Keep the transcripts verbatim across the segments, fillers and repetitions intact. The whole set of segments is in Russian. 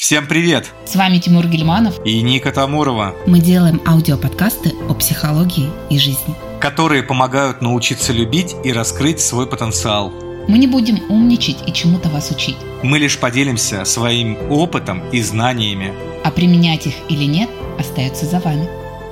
Всем привет! С вами Тимур Гильманов и Ника Тамурова. Мы делаем аудиоподкасты о психологии и жизни, которые помогают научиться любить и раскрыть свой потенциал. Мы не будем умничать и чему-то вас учить. Мы лишь поделимся своим опытом и знаниями. А применять их или нет, остается за вами.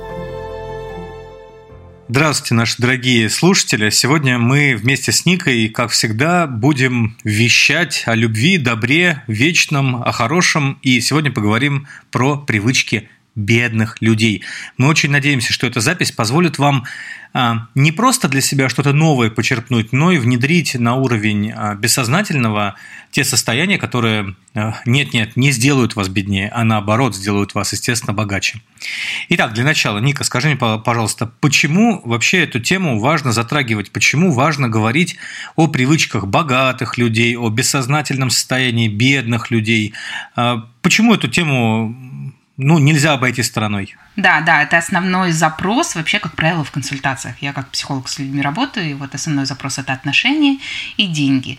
Здравствуйте, наши дорогие слушатели. Сегодня мы вместе с Никой, как всегда, будем вещать о любви, добре, вечном, о хорошем. И сегодня поговорим про привычки бедных людей. Мы очень надеемся, что эта запись позволит вам а, не просто для себя что-то новое почерпнуть, но и внедрить на уровень а, бессознательного те состояния, которые а, нет-нет, не сделают вас беднее, а наоборот сделают вас, естественно, богаче. Итак, для начала, Ника, скажи мне, пожалуйста, почему вообще эту тему важно затрагивать, почему важно говорить о привычках богатых людей, о бессознательном состоянии бедных людей? А, почему эту тему ну, нельзя обойти стороной? Да, да, это основной запрос вообще, как правило, в консультациях. Я как психолог с людьми работаю, и вот основной запрос – это отношения и деньги.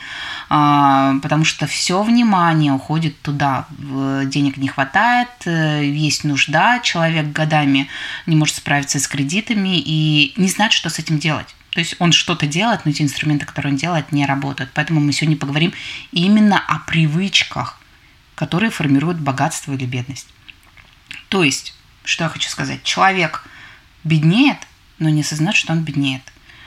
Потому что все внимание уходит туда. Денег не хватает, есть нужда, человек годами не может справиться с кредитами и не знает, что с этим делать. То есть он что-то делает, но те инструменты, которые он делает, не работают. Поэтому мы сегодня поговорим именно о привычках, которые формируют богатство или бедность. То есть, что я хочу сказать, человек беднеет, но не осознает, что он беднеет,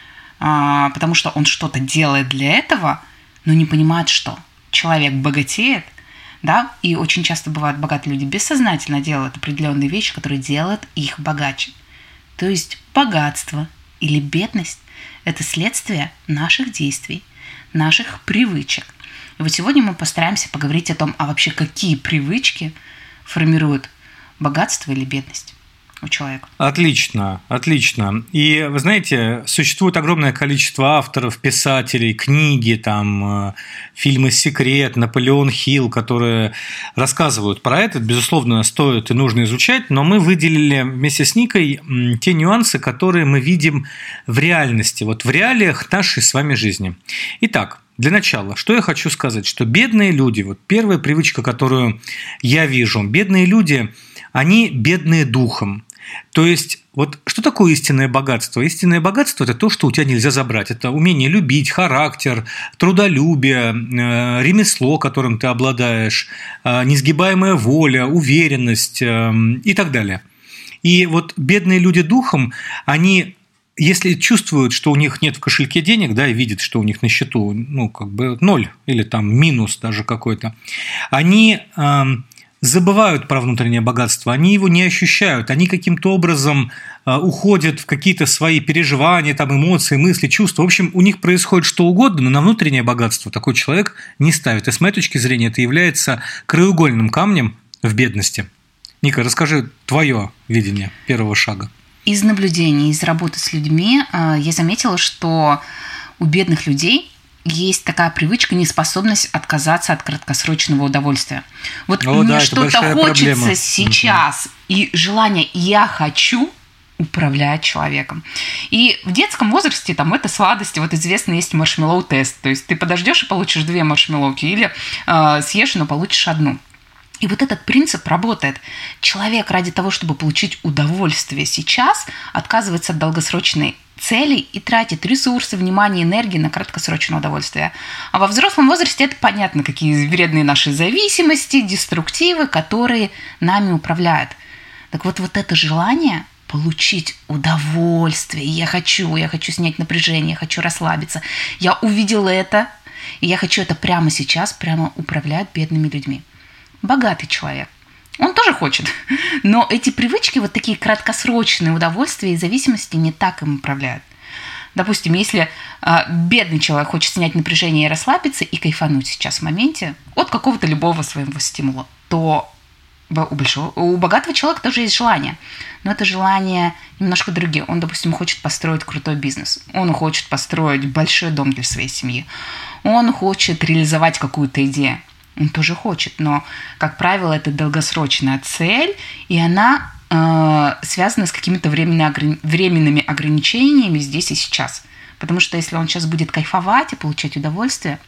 а, потому что он что-то делает для этого, но не понимает, что. Человек богатеет, да, и очень часто бывают богатые люди бессознательно делают определенные вещи, которые делают их богаче. То есть богатство или бедность – это следствие наших действий, наших привычек. И вот сегодня мы постараемся поговорить о том, а вообще какие привычки формируют богатство или бедность у человека. Отлично, отлично. И вы знаете, существует огромное количество авторов, писателей, книги, там, фильмы «Секрет», «Наполеон Хилл», которые рассказывают про это. Безусловно, стоит и нужно изучать, но мы выделили вместе с Никой те нюансы, которые мы видим в реальности, вот в реалиях нашей с вами жизни. Итак, для начала, что я хочу сказать, что бедные люди, вот первая привычка, которую я вижу, бедные люди, они бедные духом. То есть, вот что такое истинное богатство? Истинное богатство – это то, что у тебя нельзя забрать. Это умение любить, характер, трудолюбие, ремесло, которым ты обладаешь, несгибаемая воля, уверенность и так далее. И вот бедные люди духом, они, если чувствуют, что у них нет в кошельке денег, да, и видят, что у них на счету, ну, как бы ноль или там минус даже какой-то, они забывают про внутреннее богатство, они его не ощущают, они каким-то образом уходят в какие-то свои переживания, там, эмоции, мысли, чувства. В общем, у них происходит что угодно, но на внутреннее богатство такой человек не ставит. И с моей точки зрения это является краеугольным камнем в бедности. Ника, расскажи твое видение первого шага. Из наблюдений, из работы с людьми я заметила, что у бедных людей есть такая привычка, неспособность отказаться от краткосрочного удовольствия. Вот О, мне да, что-то хочется проблема. Сейчас, угу. И желание «я хочу» управляет человеком. И в детском возрасте там это сладости. Вот известно, есть маршмеллоу-тест. То есть ты подождешь и получишь две маршмеллоуки, или э, съешь, но получишь одну. И вот этот принцип работает. Человек ради того, чтобы получить удовольствие сейчас, отказывается от долгосрочной цели и тратит ресурсы, внимание, энергии на краткосрочное удовольствие. А во взрослом возрасте это понятно, какие вредные наши зависимости, деструктивы, которые нами управляют. Так вот, вот это желание получить удовольствие. Я хочу, я хочу снять напряжение, я хочу расслабиться. Я увидела это, и я хочу это прямо сейчас, прямо управлять бедными людьми. Богатый человек. Он тоже хочет. Но эти привычки, вот такие краткосрочные удовольствия и зависимости не так им управляют. Допустим, если э, бедный человек хочет снять напряжение и расслабиться, и кайфануть сейчас в моменте от какого-то любого своего стимула, то у, большого, у богатого человека тоже есть желание. Но это желание немножко другие. Он, допустим, хочет построить крутой бизнес. Он хочет построить большой дом для своей семьи. Он хочет реализовать какую-то идею. Он тоже хочет, но, как правило, это долгосрочная цель, и она э, связана с какими-то временными ограничениями здесь и сейчас. Потому что если он сейчас будет кайфовать и получать удовольствие,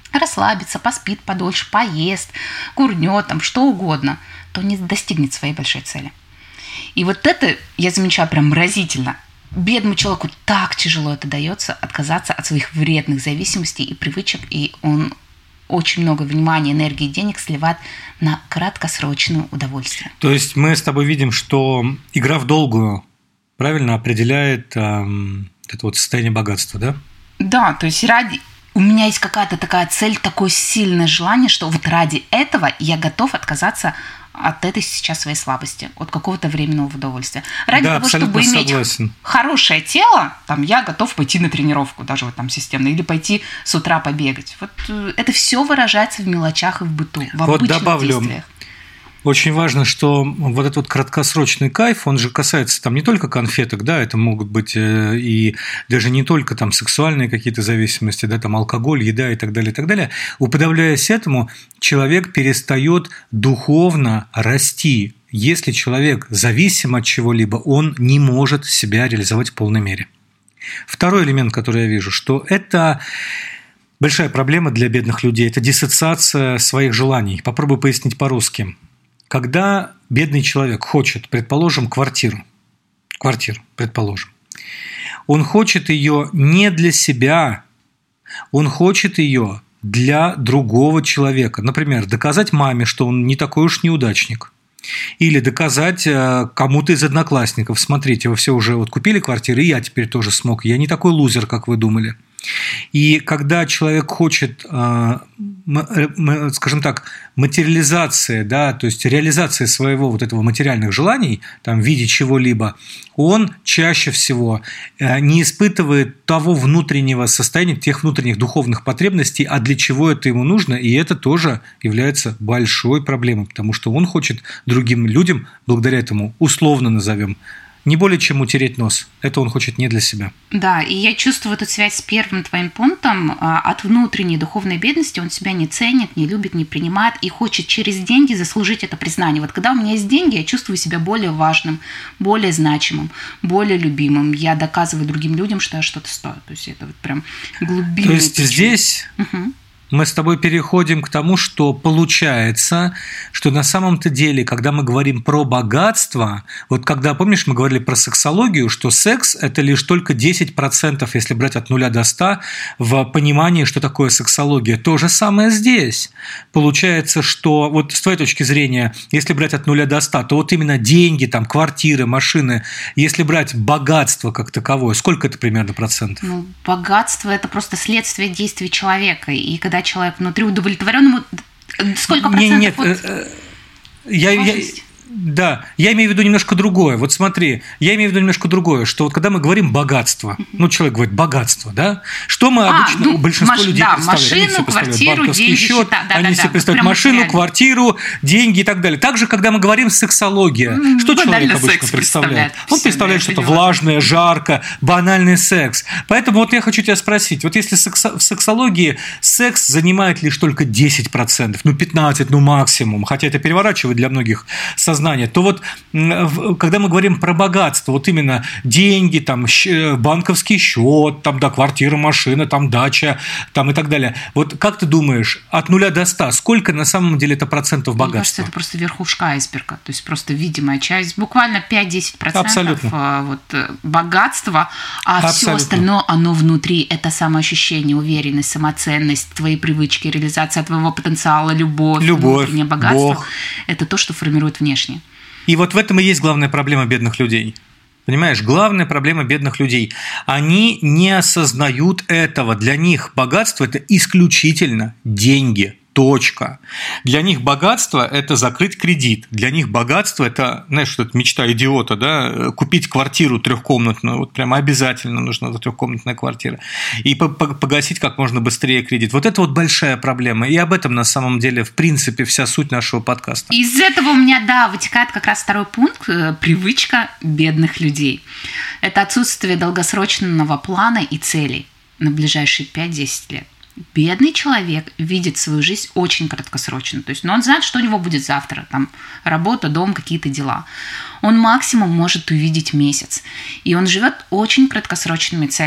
расслабится, поспит подольше, поест, курнет, там, что угодно, то не достигнет своей большой цели. И вот это, я замечаю, прям разительно. Бедному человеку так тяжело это дается, отказаться от своих вредных зависимостей и привычек, и он очень много внимания, энергии, денег сливает на краткосрочное удовольствие. То есть мы с тобой видим, что игра в долгую правильно определяет эм, это вот состояние богатства, да? Да, то есть ради... У меня есть какая-то такая цель, такое сильное желание, что вот ради этого я готов отказаться от этой сейчас своей слабости, от какого-то временного удовольствия. Ради да, того, чтобы иметь согласен. хорошее тело, там, я готов пойти на тренировку, даже вот там системно, или пойти с утра побегать. Вот это все выражается в мелочах и в быту, в вот обычных добавлю. действиях. Очень важно, что вот этот вот краткосрочный кайф, он же касается там не только конфеток, да, это могут быть и даже не только там сексуальные какие-то зависимости, да, там алкоголь, еда и так далее, и так далее. Уподобляясь этому, человек перестает духовно расти. Если человек зависим от чего-либо, он не может себя реализовать в полной мере. Второй элемент, который я вижу, что это большая проблема для бедных людей, это диссоциация своих желаний. Попробую пояснить по-русски. Когда бедный человек хочет, предположим, квартиру, квартиру, предположим, он хочет ее не для себя, он хочет ее для другого человека. Например, доказать маме, что он не такой уж неудачник. Или доказать кому-то из одноклассников, смотрите, вы все уже вот купили квартиру, и я теперь тоже смог, я не такой лузер, как вы думали. И когда человек хочет, скажем так, материализации, да, то есть реализации своего вот этого материальных желаний там, в виде чего-либо, он чаще всего не испытывает того внутреннего состояния, тех внутренних духовных потребностей, а для чего это ему нужно, и это тоже является большой проблемой, потому что он хочет другим людям, благодаря этому, условно назовем, не более чем утереть нос. Это он хочет не для себя. Да, и я чувствую эту связь с первым твоим пунктом. От внутренней духовной бедности он себя не ценит, не любит, не принимает и хочет через деньги заслужить это признание. Вот когда у меня есть деньги, я чувствую себя более важным, более значимым, более любимым. Я доказываю другим людям, что я что-то стою. То есть это вот прям глубинный. То есть причина. Здесь... Угу. Мы с тобой переходим к тому, что получается, что на самом-то деле, когда мы говорим про богатство, вот когда, помнишь, мы говорили про сексологию, что секс – это лишь только десять процентов, если брать от нуля до ста, в понимании, что такое сексология. То же самое здесь. Получается, что вот с твоей точки зрения, если брать от нуля до ста, то вот именно деньги, там, квартиры, машины, если брать богатство как таковое, сколько это примерно процентов? Ну, богатство – это просто следствие действий человека. И когда человек внутри удовлетворен, ему сколько процентов? Нет, нет, вот я, я, да, я имею в виду немножко другое. Вот смотри, я имею в виду немножко другое, что вот когда мы говорим богатство, uh-huh. ну, человек говорит богатство, да, что мы а, обычно, ну, большинство маш, людей да, представляют? Машину, квартиру, деньги, счет, счета, да, они да, себе да, представляют машину, квартиру, деньги и так далее. Также, когда мы говорим сексология, mm, что человек обычно представляет? Он представляет что-то влажное, жарко, банальный секс. Поэтому вот я хочу тебя спросить, вот если в сексологии секс занимает лишь только десять процентов, ну, пятнадцать процентов, ну, максимум, хотя это переворачивает для многих сознание, то вот когда мы говорим про богатство, вот именно деньги, там, банковский счет, там, да, квартира, машина, там, дача, там, и так далее. Вот как ты думаешь, от нуля до ста, сколько на самом деле это процентов богатства? Мне кажется, это просто верхушка айсберга, то есть просто видимая часть, буквально пять-десять процентов Абсолютно. Вот, богатства, а Абсолютно. Все остальное, оно внутри, это самоощущение, уверенность, самоценность, твои привычки, реализация твоего потенциала, любовь, любовь внутреннее богатство, Бог. Это то, что формирует внешне. И вот в этом и есть главная проблема бедных людей. Понимаешь, главная проблема бедных людей. Они не осознают этого. Для них богатство – это исключительно деньги. Точка. Для них богатство – это закрыть кредит. Для них богатство – это, знаешь, что это мечта идиота, да? Купить квартиру трехкомнатную, вот прямо обязательно нужна трехкомнатная квартира, и погасить как можно быстрее кредит. Вот это вот большая проблема. И об этом на самом деле, в принципе, вся суть нашего подкаста. Из этого у меня, да, вытекает как раз второй пункт – привычка бедных людей. Это отсутствие долгосрочного плана и целей на ближайшие пять-десять лет. Бедный человек видит свою жизнь очень краткосрочно. То есть, ну, он знает, что у него будет завтра. Там работа, дом, какие-то дела. Он максимум может увидеть месяц. И он живет очень краткосрочными целями.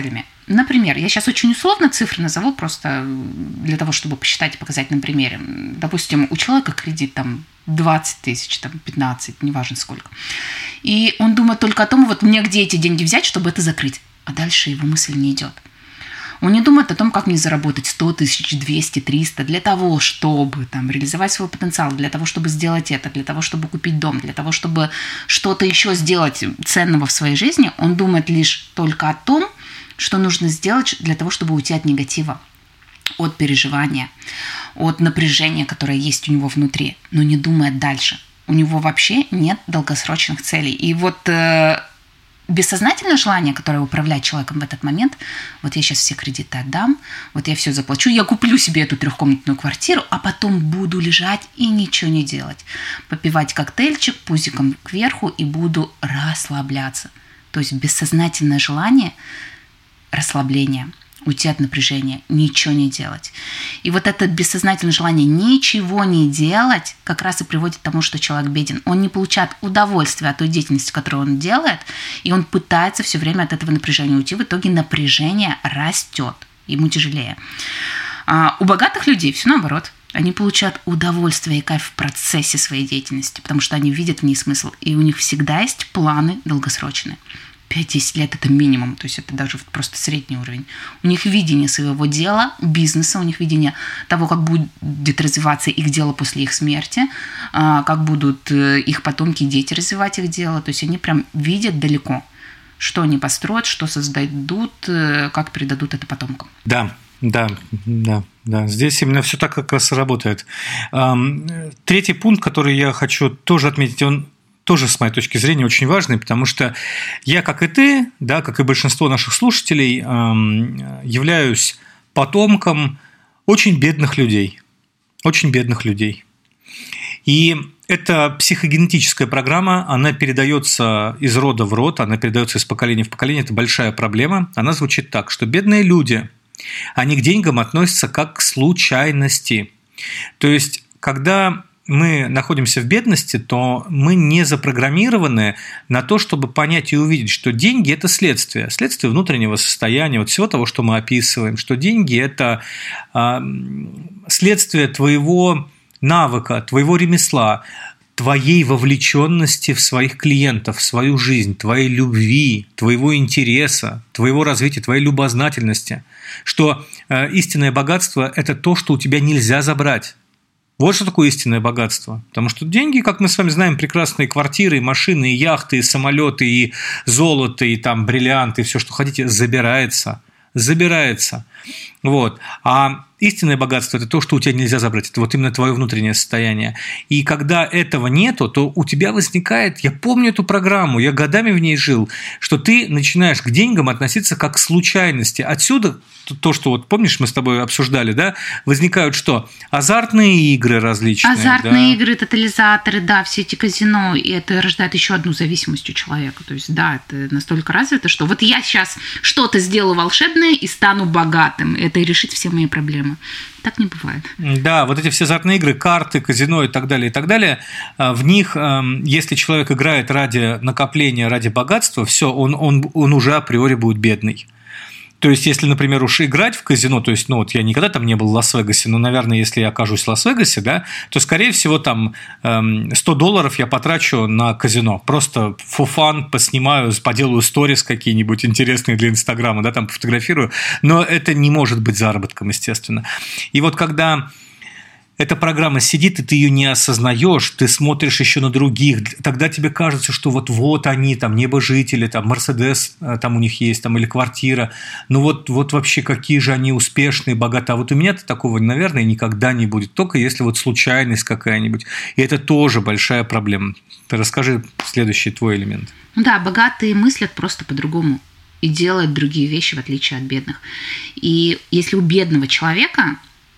Например, я сейчас очень условно цифры назову, просто для того, чтобы посчитать и показать на примере. Допустим, у человека кредит там двадцать тысяч, там пятнадцать, неважно сколько. И он думает только о том, вот мне где эти деньги взять, чтобы это закрыть. А дальше его мысль не идет. Он не думает о том, как мне заработать сто тысяч, двести, триста для того, чтобы там, реализовать свой потенциал, для того, чтобы сделать это, для того, чтобы купить дом, для того, чтобы что-то еще сделать ценного в своей жизни. Он думает лишь только о том, что нужно сделать для того, чтобы уйти от негатива, от переживания, от напряжения, которое есть у него внутри, но не думает дальше. У него вообще нет долгосрочных целей. И вот э, бессознательное желание, которое управляет человеком в этот момент, вот я сейчас все кредиты отдам, вот я все заплачу, я куплю себе эту трехкомнатную квартиру, а потом буду лежать и ничего не делать. Попивать коктейльчик пузиком кверху и буду расслабляться. То есть бессознательное желание расслабления, уйти от напряжения, ничего не делать. И вот это бессознательное желание ничего не делать как раз и приводит к тому, что человек беден. Он не получает удовольствия от той деятельности, которую он делает, и он пытается все время от этого напряжения уйти. В итоге напряжение растет, ему тяжелее. А у богатых людей все наоборот. Они получают удовольствие и кайф в процессе своей деятельности, потому что они видят в ней смысл, и у них всегда есть планы долгосрочные. пять-десять лет – это минимум, то есть это даже просто средний уровень. У них видение своего дела, бизнеса, у них видение того, как будет развиваться их дело после их смерти, как будут их потомки и дети развивать их дело. То есть они прям видят далеко, что они построят, что создадут, как передадут это потомкам. Да, да, да, да. Здесь именно все так как раз и работает. Третий пункт, который я хочу тоже отметить, он тоже, с моей точки зрения, очень важный, потому что я, как и ты, да, как и большинство наших слушателей, являюсь потомком очень бедных людей. Очень бедных людей. И эта психогенетическая программа, она передается из рода в род, она передается из поколения в поколение. Это большая проблема. Она звучит так, что бедные люди, они к деньгам относятся как к случайности. То есть, когда мы находимся в бедности, то мы не запрограммированы на то, чтобы понять и увидеть, что деньги – это следствие, следствие внутреннего состояния, вот всего того, что мы описываем, что деньги – это следствие твоего навыка, твоего ремесла, твоей вовлеченности в своих клиентов, в свою жизнь, твоей любви, твоего интереса, твоего развития, твоей любознательности, что истинное богатство – это то, что у тебя нельзя забрать. Вот что такое истинное богатство. Потому что деньги, как мы с вами знаем, прекрасные квартиры, и машины, и яхты, и самолеты, и золото, и там бриллианты, и все, что хотите, забирается. Забирается. Вот. А истинное богатство – это то, что у тебя нельзя забрать. Это вот именно твое внутреннее состояние. И когда этого нету, то у тебя возникает, я помню эту программу, я годами в ней жил, что ты начинаешь к деньгам относиться как к случайности. Отсюда то, что вот помнишь, мы с тобой обсуждали, да, возникают что? Азартные игры различные. Азартные да? игры, тотализаторы, да, все эти казино, и это рождает еще одну зависимость у человека. То есть, да, это настолько развито, что вот я сейчас что-то сделаю волшебное и стану богатым. Это и решит все мои проблемы. Так не бывает. Да, вот эти все азартные игры, карты, казино и так далее, и так далее, в них, если человек играет ради накопления, ради богатства, все, он, он, он уже априори будет бедный. То есть, если, например, уж играть в казино, то есть, ну, вот я никогда там не был в Лас-Вегасе, но, наверное, если я окажусь в Лас-Вегасе, да, то, скорее всего, там сто долларов я потрачу на казино. Просто for fun поснимаю, поделаю сторис какие-нибудь интересные для Инстаграма, да, там пофотографирую. Но это не может быть заработком, естественно. И вот когда эта программа сидит, и ты ее не осознаешь, ты смотришь еще на других, тогда тебе кажется, что вот, вот они, там, небожители, там, Мерседес там у них есть, там, или квартира, ну вот, вот вообще какие же они успешные, богатые. А вот у меня-то такого, наверное, никогда не будет, только если вот случайность какая-нибудь. И это тоже большая проблема. Ты расскажи следующий твой элемент. Да, богатые мыслят просто по-другому и делают другие вещи, в отличие от бедных. И если у бедного человека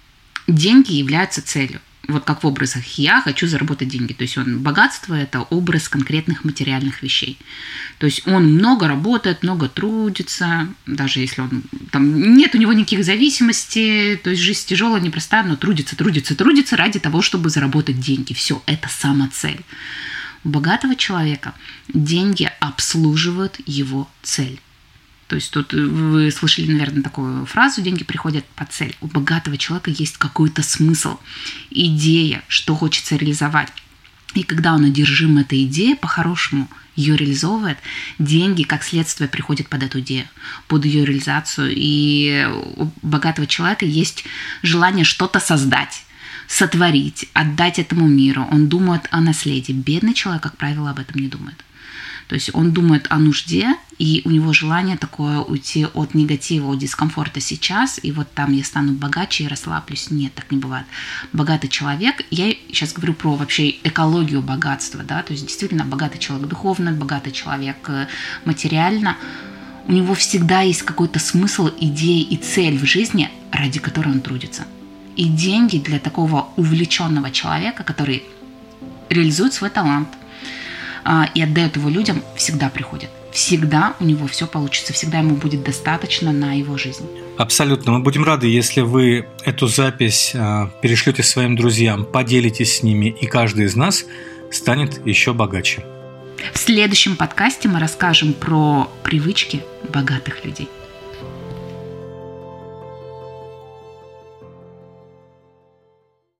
деньги являются целью. Вот как в образах «я хочу заработать деньги». То есть он, богатство – это образ конкретных материальных вещей. То есть он много работает, много трудится, даже если он, там, нет у него никаких зависимостей, то есть жизнь тяжелая, непростая, но трудится, трудится, трудится ради того, чтобы заработать деньги. Все, это самоцель. У богатого человека деньги обслуживают его цель. То есть тут вы слышали, наверное, такую фразу «деньги приходят по цели». У богатого человека есть какой-то смысл, идея, что хочется реализовать. И когда он одержим этой идеей, по-хорошему ее реализовывает, деньги, как следствие, приходят под эту идею, под ее реализацию. И у богатого человека есть желание что-то создать, сотворить, отдать этому миру. Он думает о наследии. Бедный человек, как правило, об этом не думает. То есть он думает о нужде, и у него желание такое уйти от негатива, от дискомфорта сейчас, и вот там я стану богаче и расслаблюсь. Нет, так не бывает. Богатый человек, я сейчас говорю про вообще экологию богатства, да, то есть действительно богатый человек духовно, богатый человек материально, у него всегда есть какой-то смысл, идея и цель в жизни, ради которой он трудится. И деньги для такого увлеченного человека, который реализует свой талант, и отдает его людям, всегда приходит. Всегда у него все получится, всегда ему будет достаточно на его жизнь. Абсолютно. Мы будем рады, если вы эту запись перешлете своим друзьям, поделитесь с ними, и каждый из нас станет еще богаче. В следующем подкасте мы расскажем про привычки богатых людей.